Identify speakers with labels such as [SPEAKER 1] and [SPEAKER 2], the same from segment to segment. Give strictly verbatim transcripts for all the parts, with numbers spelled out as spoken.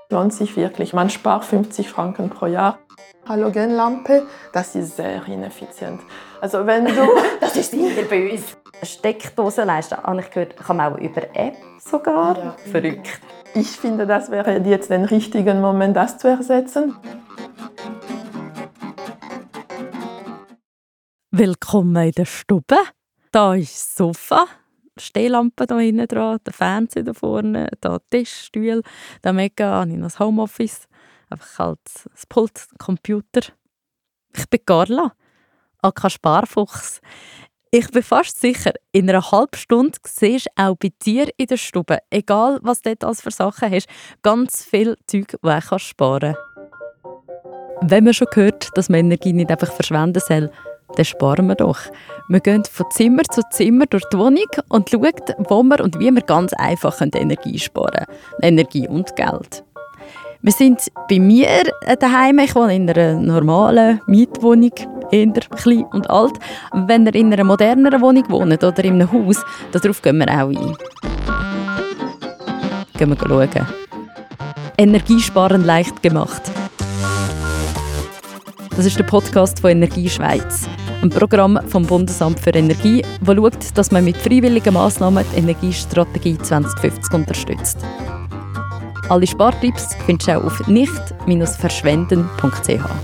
[SPEAKER 1] Lohnt sich wirklich. Man spart fünfzig Franken pro Jahr. Halogenlampe, das ist sehr ineffizient. Also wenn du
[SPEAKER 2] das ist sicher bei uns. Steckdosenleiste, habe ich gehört, kann man auch über App sogar. Ja. Verrückt.
[SPEAKER 1] Ich finde, das wäre jetzt der richtige Moment, das zu ersetzen.
[SPEAKER 2] Willkommen in der Stube. Da ist das Sofa, die Stehlampe hier hinten dran, der Fernseher da vorne, da Tischstuhl, da mega habe ich noch das Homeoffice, einfach halt das Pult, den Computer. Ich bin Carla, aka Sparfuchs. Ich bin fast sicher, in einer halben Stunde siehst du auch bei dir in der Stube, egal was du dort alles für Sachen hast, ganz viel Zeug, das du sparen kannst. Wenn man schon hört, dass man Energie nicht einfach verschwenden soll, dann sparen wir doch. Wir gehen von Zimmer zu Zimmer durch die Wohnung und schauen, wo wir und wie wir ganz einfach Energie sparen können. Energie und Geld. Wir sind bei mir daheim. Ich wohne in einer normalen Mietwohnung, eher klein und alt. Wenn ihr in einer moderneren Wohnung wohnt oder in einem Haus, darauf gehen wir auch ein. Gehen wir schauen. Energiesparen leicht gemacht. Das ist der Podcast von Energie Schweiz, ein Programm vom Bundesamt für Energie, das schaut, dass man mit freiwilligen Massnahmen die Energiestrategie zwanzig fünfzig unterstützt. Alle Spartipps findest du auch auf nicht verschwenden punkt c h.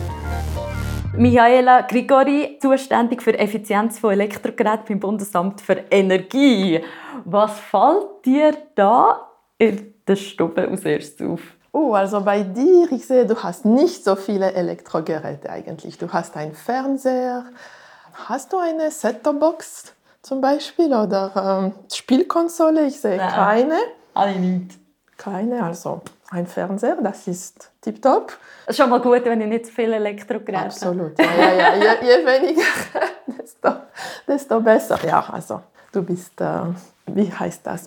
[SPEAKER 2] Michaela Grigori, zuständig für Effizienz von Elektrogeräten beim Bundesamt für Energie. Was fällt dir da in der Stube als erstes auf?
[SPEAKER 1] Oh, also bei dir, ich sehe, du hast nicht so viele Elektrogeräte eigentlich. Du hast einen Fernseher. Hast du eine Set-Top-Box zum Beispiel oder ähm, Spielkonsole? Ich sehe Nein. keine.
[SPEAKER 2] Alle nicht.
[SPEAKER 1] Keine, also ein Fernseher, das ist tipptopp.
[SPEAKER 2] Das ist schon mal gut, wenn ich nicht so viele Elektrogeräte habe.
[SPEAKER 1] Absolut, ja, ja, ja. Je, je weniger, desto, desto besser. Ja, also du bist, äh, wie heißt das,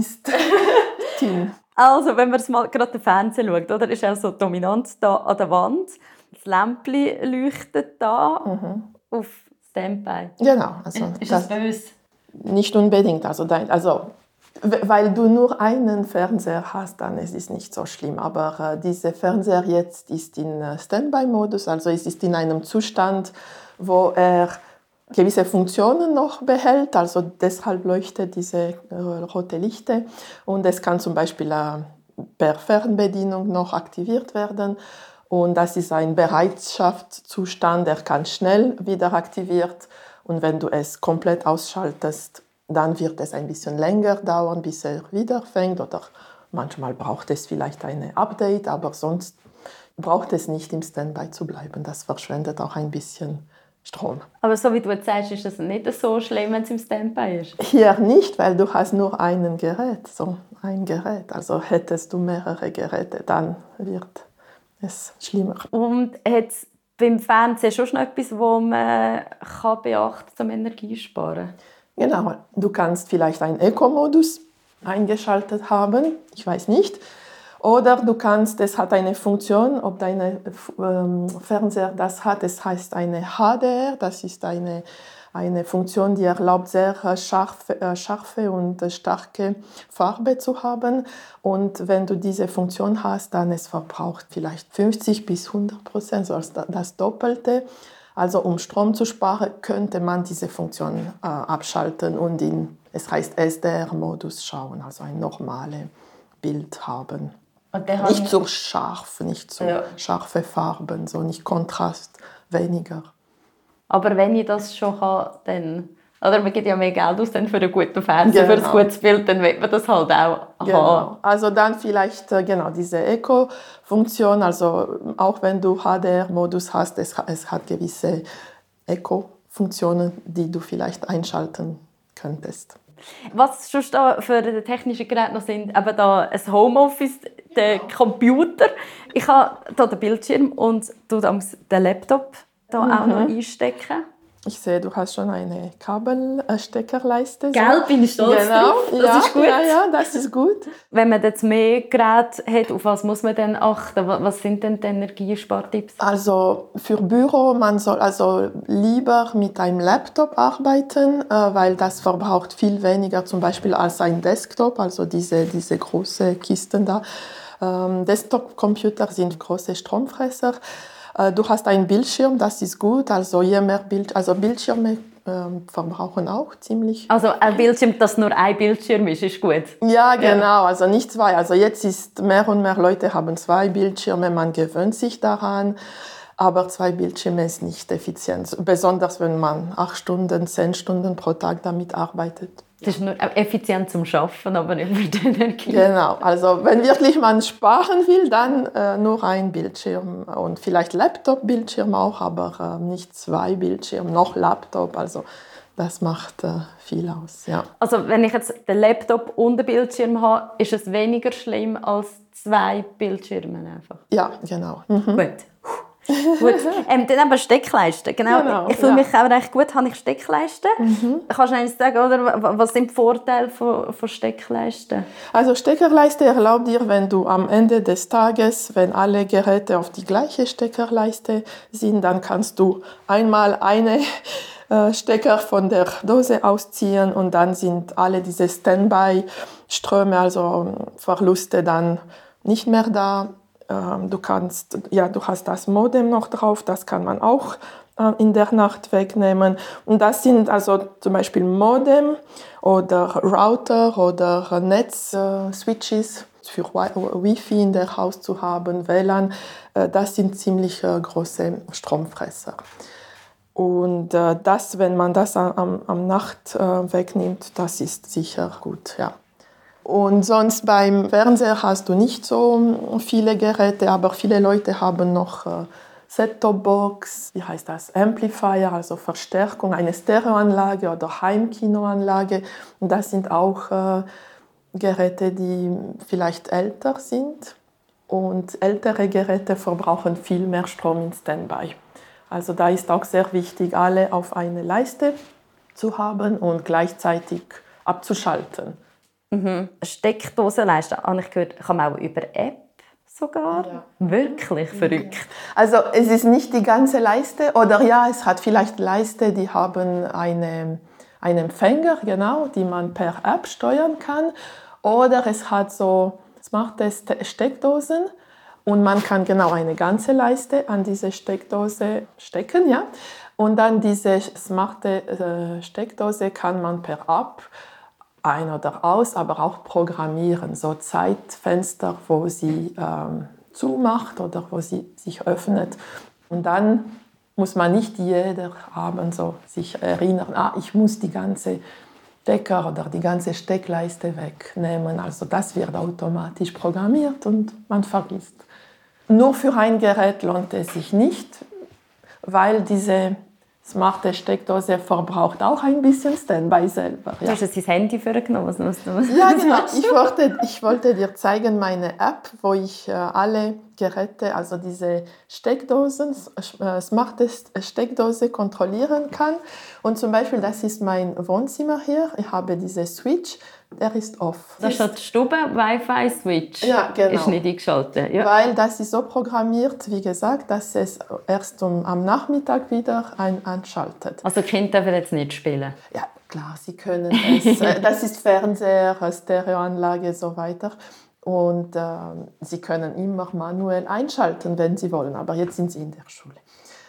[SPEAKER 1] Minimalistin.
[SPEAKER 2] Also, wenn man mal gerade den Fernseher schaut, oder, ist auch so dominant da an der Wand. Das Lämpchen leuchtet da mhm. auf Standby.
[SPEAKER 1] Genau. Also
[SPEAKER 2] ist ist das böse?
[SPEAKER 1] Nicht unbedingt. Also, dein, also, weil du nur einen Fernseher hast, dann ist es nicht so schlimm. Aber äh, dieser Fernseher jetzt ist in äh, Standby-Modus, also es ist in einem Zustand, wo er gewisse Funktionen noch behält, also deshalb leuchtet diese äh, rote Lichter und es kann zum Beispiel äh, per Fernbedienung noch aktiviert werden und das ist ein Bereitschaftszustand, der kann schnell wieder aktiviert und wenn du es komplett ausschaltest, dann wird es ein bisschen länger dauern, bis er wieder fängt oder manchmal braucht es vielleicht ein Update, aber sonst braucht es nicht im Standby zu bleiben, das verschwendet auch ein bisschen Strom.
[SPEAKER 2] Aber so wie du jetzt sagst, ist es nicht so schlimm, wenn es im Standby ist?
[SPEAKER 1] Hier nicht, weil du hast nur ein Gerät, so ein Gerät. Also hättest du mehrere Geräte, dann wird es schlimmer.
[SPEAKER 2] Und hat es beim Fernsehen schon noch etwas, das man kann beachten kann, um Energie zu sparen?
[SPEAKER 1] Genau, du kannst vielleicht einen Eco-Modus eingeschaltet haben, ich weiß nicht. Oder du kannst, es hat eine Funktion, ob dein ähm, Fernseher das hat, es heißt eine H D R, das ist eine, eine Funktion, die erlaubt, sehr scharfe, äh, scharfe und starke Farbe zu haben. Und wenn du diese Funktion hast, dann es verbraucht vielleicht fünfzig bis hundert Prozent, also das Doppelte. Also um Strom zu sparen, könnte man diese Funktion äh, abschalten und in, es heißt S D R-Modus schauen, also ein normales Bild haben. Nicht so scharf, nicht so ja. scharfe Farben, so nicht Kontrast, weniger.
[SPEAKER 2] Aber wenn ich das schon kann, dann... Oder man gibt ja mehr Geld aus dann für einen guten Fernseher, genau. Für ein gutes Bild, dann will man das halt auch
[SPEAKER 1] genau.
[SPEAKER 2] haben.
[SPEAKER 1] Also dann vielleicht genau diese Eco-Funktion, also auch wenn du H D R-Modus hast, es, es hat gewisse Eco-Funktionen, die du vielleicht einschalten könntest.
[SPEAKER 2] Was sonst da für die technischen Geräte noch sind, eben da ein Homeoffice, der Computer. Ich habe hier den Bildschirm und den Laptop da mhm. auch noch einstecken.
[SPEAKER 1] Ich sehe, du hast schon eine Kabelsteckerleiste.
[SPEAKER 2] Gell, bin ich stolz
[SPEAKER 1] genau.
[SPEAKER 2] drauf. Das
[SPEAKER 1] ja,
[SPEAKER 2] ist gut.
[SPEAKER 1] Ja, ja, das ist gut.
[SPEAKER 2] Wenn man jetzt mehr Geräte hat, auf was muss man denn achten? Was sind denn die Energiespartipps?
[SPEAKER 1] Also für Büro, man soll also lieber mit einem Laptop arbeiten, weil das verbraucht viel weniger zum Beispiel als ein Desktop, also diese, diese große Kisten da. Ähm, Desktop-Computer sind große Stromfresser. Äh, du hast einen Bildschirm, das ist gut. Also je mehr Bild, also Bildschirme ähm, verbrauchen auch ziemlich.
[SPEAKER 2] Also ein Bildschirm, dass nur ein Bildschirm ist, ist gut.
[SPEAKER 1] Ja, genau. Also nicht zwei. Also jetzt ist mehr und mehr Leute haben zwei Bildschirme. Man gewöhnt sich daran. Aber zwei Bildschirme ist nicht effizient. Besonders wenn man acht Stunden, zehn Stunden pro Tag damit arbeitet.
[SPEAKER 2] Das ist nur effizient zum Arbeiten, aber nicht für die Energie.
[SPEAKER 1] Genau, also wenn wirklich man sparen will, dann äh, nur ein Bildschirm und vielleicht Laptop-Bildschirm auch, aber äh, nicht zwei Bildschirme, noch Laptop, also das macht äh, viel aus, ja.
[SPEAKER 2] Also wenn ich jetzt den Laptop und den Bildschirm habe, ist es weniger schlimm als zwei Bildschirme einfach?
[SPEAKER 1] Ja, genau. Mhm.
[SPEAKER 2] Gut. Gut. Ähm, dann aber Steckleisten. Genau.
[SPEAKER 1] Genau,
[SPEAKER 2] Ich fühle
[SPEAKER 1] ja.
[SPEAKER 2] mich auch recht gut, habe ich Steckleisten. Mhm. Kannst du eins sagen, oder? Was sind die Vorteile von, von Steckleisten?
[SPEAKER 1] Also Steckerleiste erlaubt dir, wenn du am Ende des Tages, wenn alle Geräte auf die gleiche Steckerleiste sind, dann kannst du einmal eine äh, Stecker von der Dose ausziehen und dann sind alle diese Standby-Ströme, also Verluste dann nicht mehr da. Du kannst, ja, du hast das Modem noch drauf, das kann man auch äh, in der Nacht wegnehmen. Und das sind also zum Beispiel Modem oder Router oder Netz-Switches für Wi-Fi in der Haus zu haben, W L A N. Äh, das sind ziemlich äh, große Stromfresser. Und äh, das, wenn man das am, am Nacht äh, wegnimmt, das ist sicher gut, ja. Und sonst beim Fernseher hast du nicht so viele Geräte, aber viele Leute haben noch äh, Set-Top-Box, wie heißt das, Amplifier, also Verstärkung, eine Stereoanlage oder Heimkinoanlage. Und das sind auch äh, Geräte, die vielleicht älter sind. Und ältere Geräte verbrauchen viel mehr Strom in Standby. Also da ist auch sehr wichtig, alle auf eine Leiste zu haben und gleichzeitig abzuschalten.
[SPEAKER 2] Mhm. Steckdosenleisten, habe ich gehört, kann man auch über App sogar. Ja. Wirklich verrückt. Ja.
[SPEAKER 1] Also es ist nicht die ganze Leiste, oder ja, es hat vielleicht Leiste, die haben eine, einen Empfänger, genau, die man per App steuern kann. Oder es hat so smarte Steckdosen und man kann genau eine ganze Leiste an diese Steckdose stecken, ja. Und dann diese smarte äh, Steckdose kann man per App ein- oder aus, aber auch programmieren, so Zeitfenster, wo sie ähm, zumacht oder wo sie sich öffnet. Und dann muss man nicht jeder Abend so sich erinnern, ah, ich muss die ganze Stecker oder die ganze Steckleiste wegnehmen. Also das wird automatisch programmiert und man vergisst. Nur für ein Gerät lohnt es sich nicht, weil diese smarte Steckdose verbraucht auch ein bisschen Standby selber. Ja.
[SPEAKER 2] Du hast jetzt dein Handy vorgenommen. Was musst du?
[SPEAKER 1] Ja, genau. Ich wollte, ich wollte dir zeigen meine App, wo ich äh, alle Geräte, also diese Steckdosen, äh, smarte Steckdose kontrollieren kann. Und zum Beispiel, das ist mein Wohnzimmer hier. Ich habe diese Switch, der ist off.
[SPEAKER 2] Da steht Stube, Wi-Fi-Switch.
[SPEAKER 1] Ja, genau.
[SPEAKER 2] Ist nicht eingeschaltet. Ja.
[SPEAKER 1] Weil das ist so programmiert, wie gesagt, dass es erst um, am Nachmittag wieder ein, anschaltet.
[SPEAKER 2] Also die Kinder dürfen jetzt nicht spielen?
[SPEAKER 1] Ja, klar, sie können es. Das ist Fernseher, Stereoanlage und so weiter. Und äh, sie können immer manuell einschalten, wenn sie wollen. Aber jetzt sind sie in der Schule.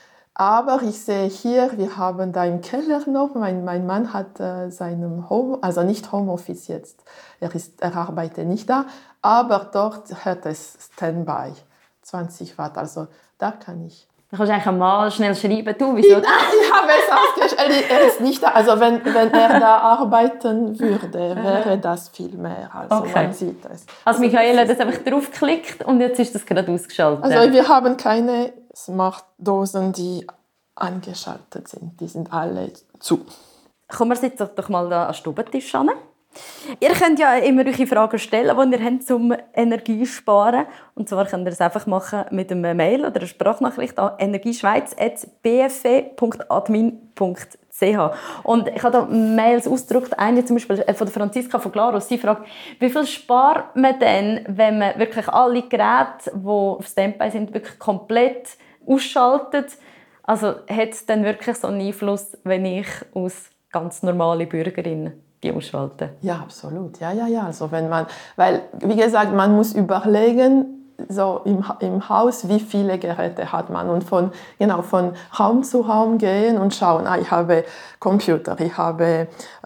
[SPEAKER 1] Aber ich sehe hier, wir haben da im Keller noch, mein, mein Mann hat äh, seinem Home, also nicht Homeoffice jetzt, er, ist, er arbeitet nicht da, aber dort hat es Standby, zwanzig Watt, also da kann ich.
[SPEAKER 2] Du kannst eigentlich mal schnell schreiben, du, wieso?
[SPEAKER 1] Ich, ich habe es ausgestellt, er ist nicht da, also wenn, wenn er da arbeiten würde, wäre das viel mehr, also
[SPEAKER 2] okay.
[SPEAKER 1] Man sieht es.
[SPEAKER 2] Also Michael hat jetzt einfach draufgeklickt und jetzt ist das gerade ausgeschaltet.
[SPEAKER 1] Also wir haben keine Smart-Dosen, die angeschaltet sind. Die sind alle zu.
[SPEAKER 2] Kommen wir jetzt doch mal an den Stubentisch an. Ihr könnt ja immer eure Fragen stellen, die ihr habt zum Energiesparen. Und zwar könnt ihr es einfach machen mit einem Mail oder einer Sprachnachricht an energieschweiz at b f e punkt admin punkt c h. Und ich habe da Mails ausgedruckt, eine zum Beispiel von der Franziska von Glarus. Sie fragt, wie viel spart man denn, wenn man wirklich alle Geräte, die auf Standby sind, wirklich komplett ausschaltet? Also hat es dann wirklich so einen Einfluss, wenn ich als ganz normale Bürgerin die ausschalten?
[SPEAKER 1] Ja, absolut. Ja, ja, ja. Also wenn man, weil, wie gesagt, man muss überlegen, so im, im Haus, wie viele Geräte hat man und von, genau, von Raum zu Raum gehen und schauen, ah, ich habe Computer, ich habe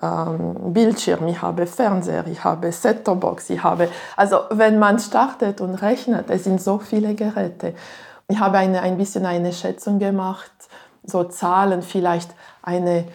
[SPEAKER 1] ähm, Bildschirm, ich habe Fernseher, ich habe Set-Top-Box, ich habe, also wenn man startet und rechnet, es sind so viele Geräte. Ich habe eine, ein bisschen eine Schätzung gemacht, so Zahlen, vielleicht eine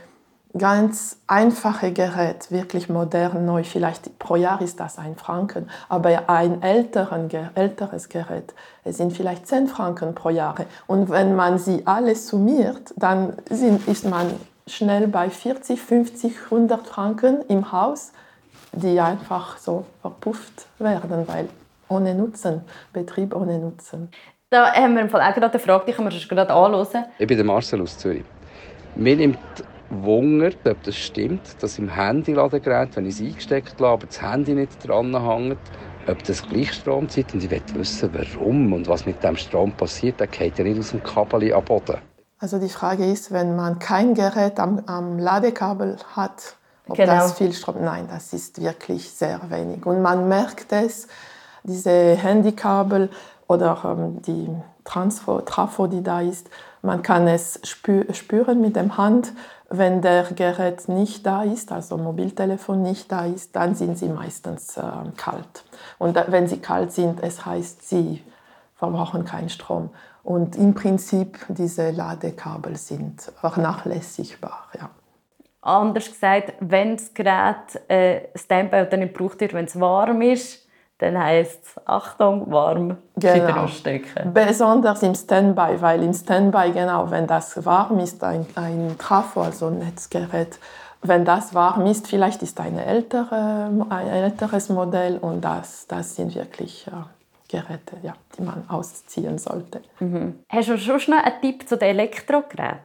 [SPEAKER 1] ganz einfache Gerät, wirklich modern, neu, vielleicht pro Jahr ist das ein Franken, aber ein älteren, älteres Gerät, es sind vielleicht zehn Franken pro Jahr. Und wenn man sie alle summiert, dann sind, ist man schnell bei vierzig, fünfzig, hundert Franken im Haus, die einfach so verpufft werden, weil ohne Nutzen, Betrieb ohne Nutzen.
[SPEAKER 2] Da haben wir im Fall auch gerade eine Frage, die können wir schon gerade anhören.
[SPEAKER 3] Ich bin der Marcel aus Zürich. Mir nimmt Wunder, ob das stimmt, dass im Handy-Ladegerät, wenn ich es eingesteckt habe, aber das Handy nicht dran hängt, ob das gleich Strom zieht. Und ich möchte wissen, warum und was mit dem Strom passiert. Der geht ja nicht aus dem Kabel am Boden.
[SPEAKER 1] Also die Frage ist, wenn man kein Gerät am, am Ladekabel hat, ob
[SPEAKER 2] genau.
[SPEAKER 1] das viel Strom... Nein, das ist wirklich sehr wenig. Und man merkt es, diese Handykabel oder ähm, die Transfo, Trafo, die da ist, man kann es spü- spüren mit der Hand. Wenn der Gerät nicht da ist, also Mobiltelefon nicht da ist, dann sind sie meistens äh, kalt. Und da, wenn sie kalt sind, es heißt, sie verbrauchen keinen Strom. Und im Prinzip, diese Ladekabel sind vernachlässigbar. Ja.
[SPEAKER 2] Anders gesagt, wenn das Gerät äh, Standby oder nicht gebraucht wird, wenn es warm ist, dann heisst es, Achtung, warm, wieder
[SPEAKER 1] Genau.
[SPEAKER 2] ausstecken.
[SPEAKER 1] Besonders im Standby, weil im Standby, genau, wenn das warm ist, ein, ein Trafo, also ein Netzgerät, wenn das warm ist, vielleicht ist eine ältere, ein älteres Modell und das, das sind wirklich ja, Geräte, ja, die man ausziehen sollte.
[SPEAKER 2] Mhm. Hast du schon noch einen Tipp zu den Elektrogeräten?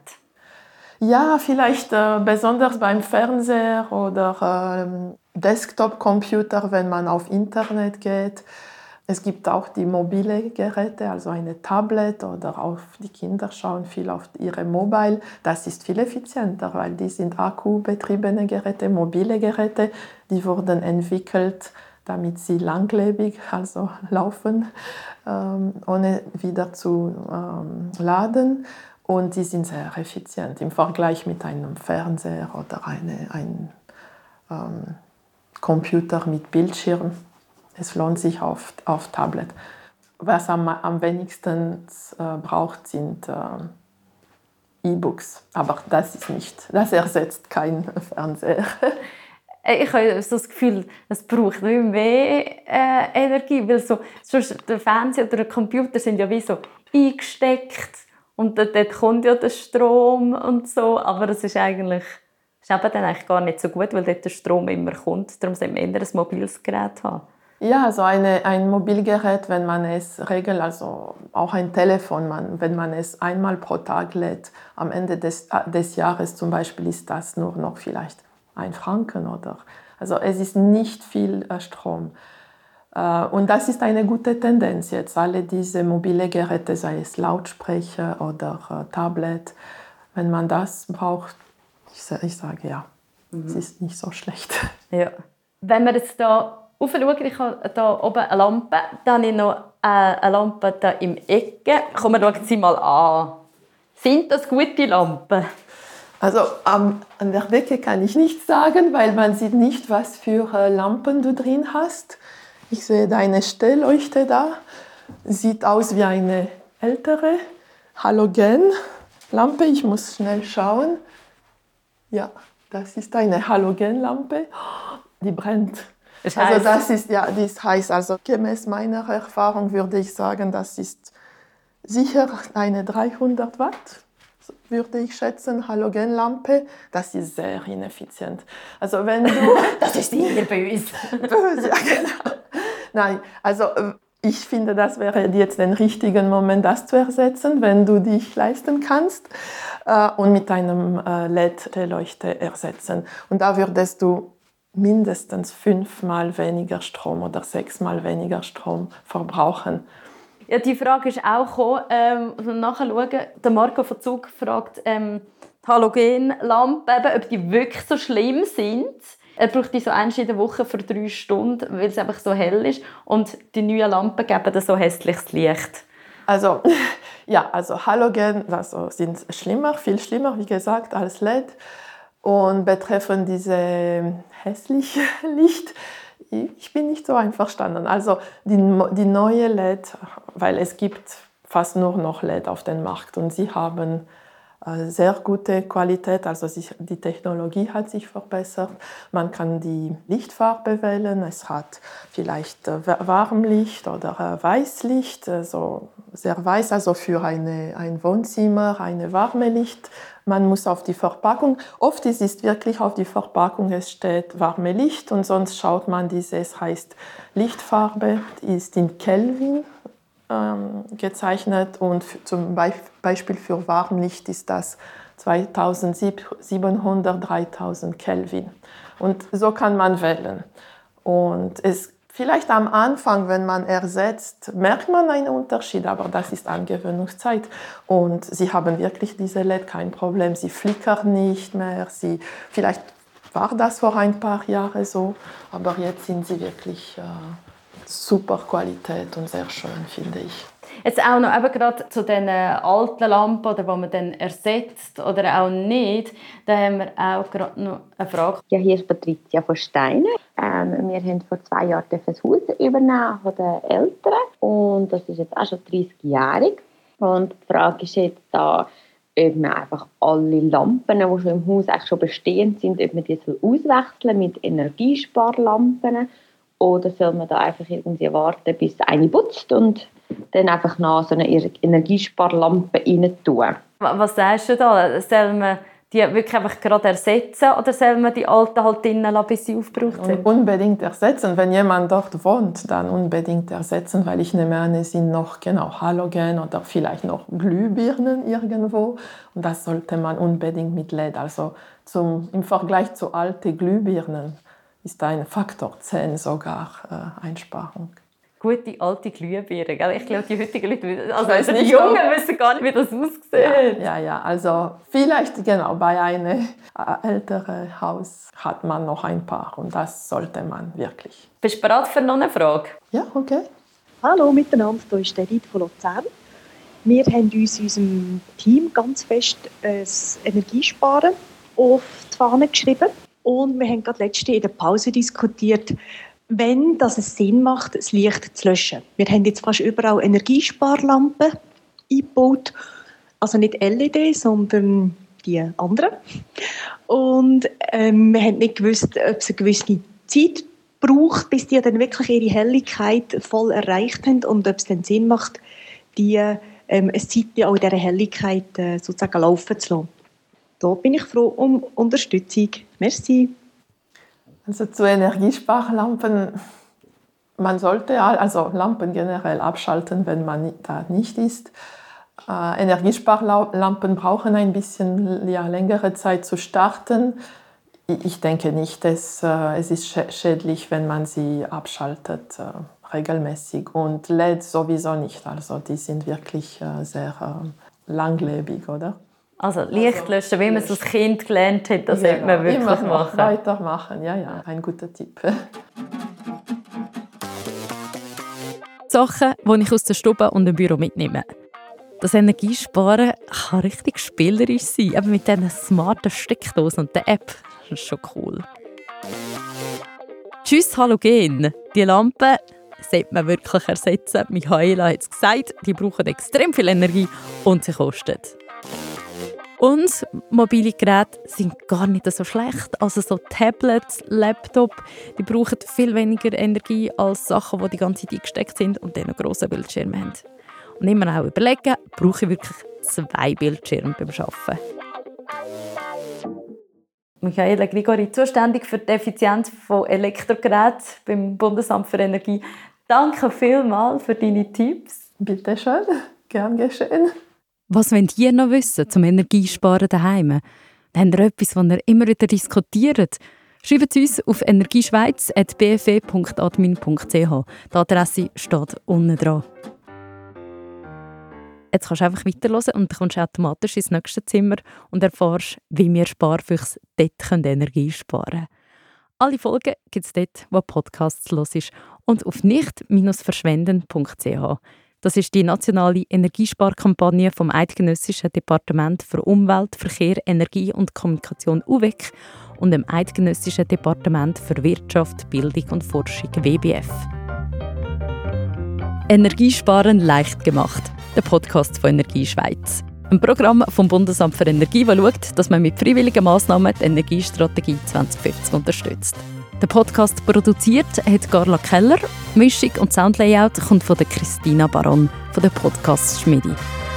[SPEAKER 1] Ja, vielleicht äh, besonders beim Fernseher oder ähm, Desktop-Computer, wenn man auf Internet geht. Es gibt auch die mobile Geräte, also eine Tablet oder auch die Kinder schauen viel auf ihre Mobile. Das ist viel effizienter, weil die sind akkubetriebene Geräte, mobile Geräte, die wurden entwickelt, damit sie langlebig, also laufen, ähm, ohne wieder zu ähm, laden. Und die sind sehr effizient im Vergleich mit einem Fernseher oder eine, ein ähm, Computer mit Bildschirm. Es lohnt sich auf, auf Tablet. Was am, am wenigsten äh, braucht, sind äh, E-Books. Aber das ist nicht, das ersetzt keinen Fernseher.
[SPEAKER 2] Ich habe so das Gefühl, es braucht mehr äh, Energie, weil so, sonst der Fernseher oder der Computer sind ja wie so eingesteckt und dort, dort kommt ja der Strom und so, aber es ist eigentlich ist eben dann eigentlich gar nicht so gut, weil dort der Strom immer kommt. Darum sollte man eher ein mobiles Gerät haben.
[SPEAKER 1] Ja, also eine, ein Mobilgerät, wenn man es regelt, also auch ein Telefon, man, wenn man es einmal pro Tag lädt, am Ende des, des Jahres zum Beispiel ist das nur noch vielleicht ein Franken oder, also es ist nicht viel äh, Strom. Äh, und das ist eine gute Tendenz jetzt, alle diese mobile Geräte, sei es Lautsprecher oder äh, Tablet, wenn man das braucht, ich, ich sage ja, mhm. Es ist nicht so schlecht.
[SPEAKER 2] Ja. Wenn wir jetzt da raufschauen, ich habe hier oben eine Lampe, dann habe ich noch eine Lampe hier im Ecke. Komm, schauen Sie mal an. Sind das gute Lampen?
[SPEAKER 1] Also ähm, an der Decke kann ich nichts sagen, weil man sieht nicht, was für äh, Lampen du drin hast. Ich sehe deine Stellleuchte da. Sieht aus wie eine ältere Halogenlampe. Ich muss schnell schauen. Ja, das ist eine Halogenlampe. Die brennt.
[SPEAKER 2] Das
[SPEAKER 1] heißt, also das ist ja, das heißt also gemäß meiner Erfahrung würde ich sagen, das ist sicher eine dreihundert Watt. Würde ich schätzen, Halogenlampe, das ist sehr ineffizient. Also wenn du
[SPEAKER 2] das ist sicher böse.
[SPEAKER 1] Böse, ja genau. Nein, also ich finde, das wäre jetzt der richtige Moment, das zu ersetzen, wenn du dich leisten kannst äh, und mit einem äh, L E D-Leuchte ersetzen. Und da würdest du mindestens fünfmal weniger Strom oder sechsmal weniger Strom verbrauchen.
[SPEAKER 2] Ja, die Frage ist auch gekommen, ähm, also nachschauen. Der Marco von Zug fragt, ähm, die Halogenlampen, ob die wirklich so schlimm sind. Er braucht die so einmal in der Woche für drei Stunden, weil es einfach so hell ist. Und die neuen Lampen geben dann so hässliches Licht.
[SPEAKER 1] Also, ja, also Halogen also sind schlimmer, viel schlimmer, wie gesagt, als L E D. Und betreffend diese hässliche Licht, ich bin nicht so einverstanden. Also die, die neue L E D, weil es gibt fast nur noch L E D auf dem Markt und sie haben sehr gute Qualität, also die Technologie hat sich verbessert. Man kann die Lichtfarbe wählen, es hat vielleicht Warmlicht oder Weißlicht, also sehr weiß, also für eine, ein Wohnzimmer, eine warme Licht. Man muss auf die Verpackung, oft ist es wirklich auf die Verpackung, es steht warme Licht und sonst schaut man dieses, heißt Lichtfarbe, die ist in Kelvin gezeichnet und zum Beispiel für Warmlicht ist das zweitausendsiebenhundert, dreitausend Kelvin. Und so kann man wählen. Und es, vielleicht am Anfang, wenn man ersetzt, merkt man einen Unterschied, aber das ist Angewöhnungszeit. Und sie haben wirklich diese L E D, kein Problem, sie flickert nicht mehr. Sie, vielleicht war das vor ein paar Jahren so, aber jetzt sind sie wirklich... Äh, super Qualität und sehr schön, finde ich.
[SPEAKER 2] Jetzt auch noch eben gerade zu den alten Lampen, oder die man dann ersetzt oder auch nicht, da haben wir auch gerade noch eine Frage.
[SPEAKER 4] Ja, hier ist Patricia von Steiner. Ähm, wir haben vor zwei Jahren das Haus übernehmen von den Eltern und das ist jetzt auch schon dreißigjährig. Und die Frage ist jetzt da, ob man einfach alle Lampen, die schon im Haus eigentlich schon bestehend sind, ob man die auswechseln mit Energiesparlampen. Oder soll man da einfach irgendwie warten, bis eine putzt und dann einfach noch so eine Energiesparlampe rein tun?
[SPEAKER 2] Was sagst du da? Soll man die wirklich einfach gerade ersetzen oder soll man die alten halt drinnen lassen, bis sie aufgebraucht sind?
[SPEAKER 1] Unbedingt ersetzen. Wenn jemand dort wohnt, dann unbedingt ersetzen, weil ich nehme an, es sind noch genau Halogen oder vielleicht noch Glühbirnen irgendwo. Und das sollte man unbedingt mit L E D. Also zum, im Vergleich zu alten Glühbirnen ist ein Faktor zehn sogar äh, Einsparung.
[SPEAKER 2] Gute alte Glühbirne, gell? Ich glaube, die heutigen Leute, also,
[SPEAKER 1] also
[SPEAKER 2] die Jungen wissen gar nicht, wie das aussieht.
[SPEAKER 1] Ja, ja, ja, also vielleicht genau bei einem älteren Haus hat man noch ein paar und das sollte man wirklich.
[SPEAKER 2] Bist du bereit für noch eine Frage?
[SPEAKER 1] Ja, okay.
[SPEAKER 5] Hallo miteinander, hier ist Edith von Luzern. Wir haben uns in unserem Team ganz fest das Energiesparen auf die Fahne geschrieben. Und wir haben gerade letzte in der Pause diskutiert, wenn das es Sinn macht, das Licht zu löschen. Wir haben jetzt fast überall Energiesparlampen eingebaut. Also nicht L E D, sondern die anderen. Und ähm, wir haben nicht gewusst, ob es eine gewisse Zeit braucht, bis die dann wirklich ihre Helligkeit voll erreicht haben und ob es dann Sinn macht, die ähm, eine Zeit auch in dieser Helligkeit äh, sozusagen laufen zu lassen. Da bin ich froh um Unterstützung. Merci.
[SPEAKER 1] Also zu Energiesparlampen, man sollte also Lampen generell abschalten, wenn man da nicht ist. Äh, Energiesparlampen brauchen ein bisschen ja, längere Zeit zu starten. Ich denke nicht, dass äh, es ist schädlich, wenn man sie abschaltet äh, regelmäßig. Und L E D sowieso nicht. Also die sind wirklich äh, sehr äh, langlebig, oder?
[SPEAKER 2] Also Licht löschen, wie man es als Kind gelernt hat, das
[SPEAKER 1] ja,
[SPEAKER 2] sollte man wirklich
[SPEAKER 1] immer
[SPEAKER 2] machen.
[SPEAKER 1] Weitermachen, ja, ja, ein guter Tipp.
[SPEAKER 2] Sachen, die ich aus der Stube und dem Büro mitnehme. Das Energiesparen kann richtig spielerisch sein, eben mit diesen smarten Steckdosen und der App. Das ist schon cool. Tschüss Halogen. Die Lampen sollte man wirklich ersetzen. Michaela hat es gesagt, die brauchen extrem viel Energie und sie kosten. Und mobile Geräte sind gar nicht so schlecht. Also so Tablets, Laptop, die brauchen viel weniger Energie als Sachen, die die ganze Zeit eingesteckt sind und dann einen grossen Bildschirm haben. Und immer auch überlegen, brauche ich wirklich zwei Bildschirme beim Arbeiten. Michaela Grigori, zuständig für die Effizienz von Elektrogeräten beim Bundesamt für Energie. Danke vielmals für deine Tipps.
[SPEAKER 1] Bitte schön, gern geschehen.
[SPEAKER 2] Was wollt ihr noch wissen zum Energiesparen daheim? Habt ihr etwas, das ihr immer wieder diskutiert? Schreibt uns auf energieschweiz at b f e punkt admin punkt c h. Die Adresse steht unten dran. Jetzt kannst du einfach weiterhören und dann kommst du automatisch ins nächste Zimmer und erfährst, wie wir Sparfüchse dort Energie sparen können. Alle Folgen gibt es dort, wo Podcasts los ist und auf nicht verschwenden punkt c h. Das ist die nationale Energiesparkampagne vom Eidgenössischen Departement für Umwelt, Verkehr, Energie und Kommunikation U W E C und dem Eidgenössischen Departement für Wirtschaft, Bildung und Forschung W B F. Energiesparen leicht gemacht. Der Podcast von Energieschweiz. Ein Programm vom Bundesamt für Energie, das schaut, dass man mit freiwilligen Massnahmen die Energiestrategie zwanzig fünfzig unterstützt. Den Podcast produziert hat Carla Keller. Mischung und Soundlayout kommt von der Christina Baron von der Podcast Schmiedi.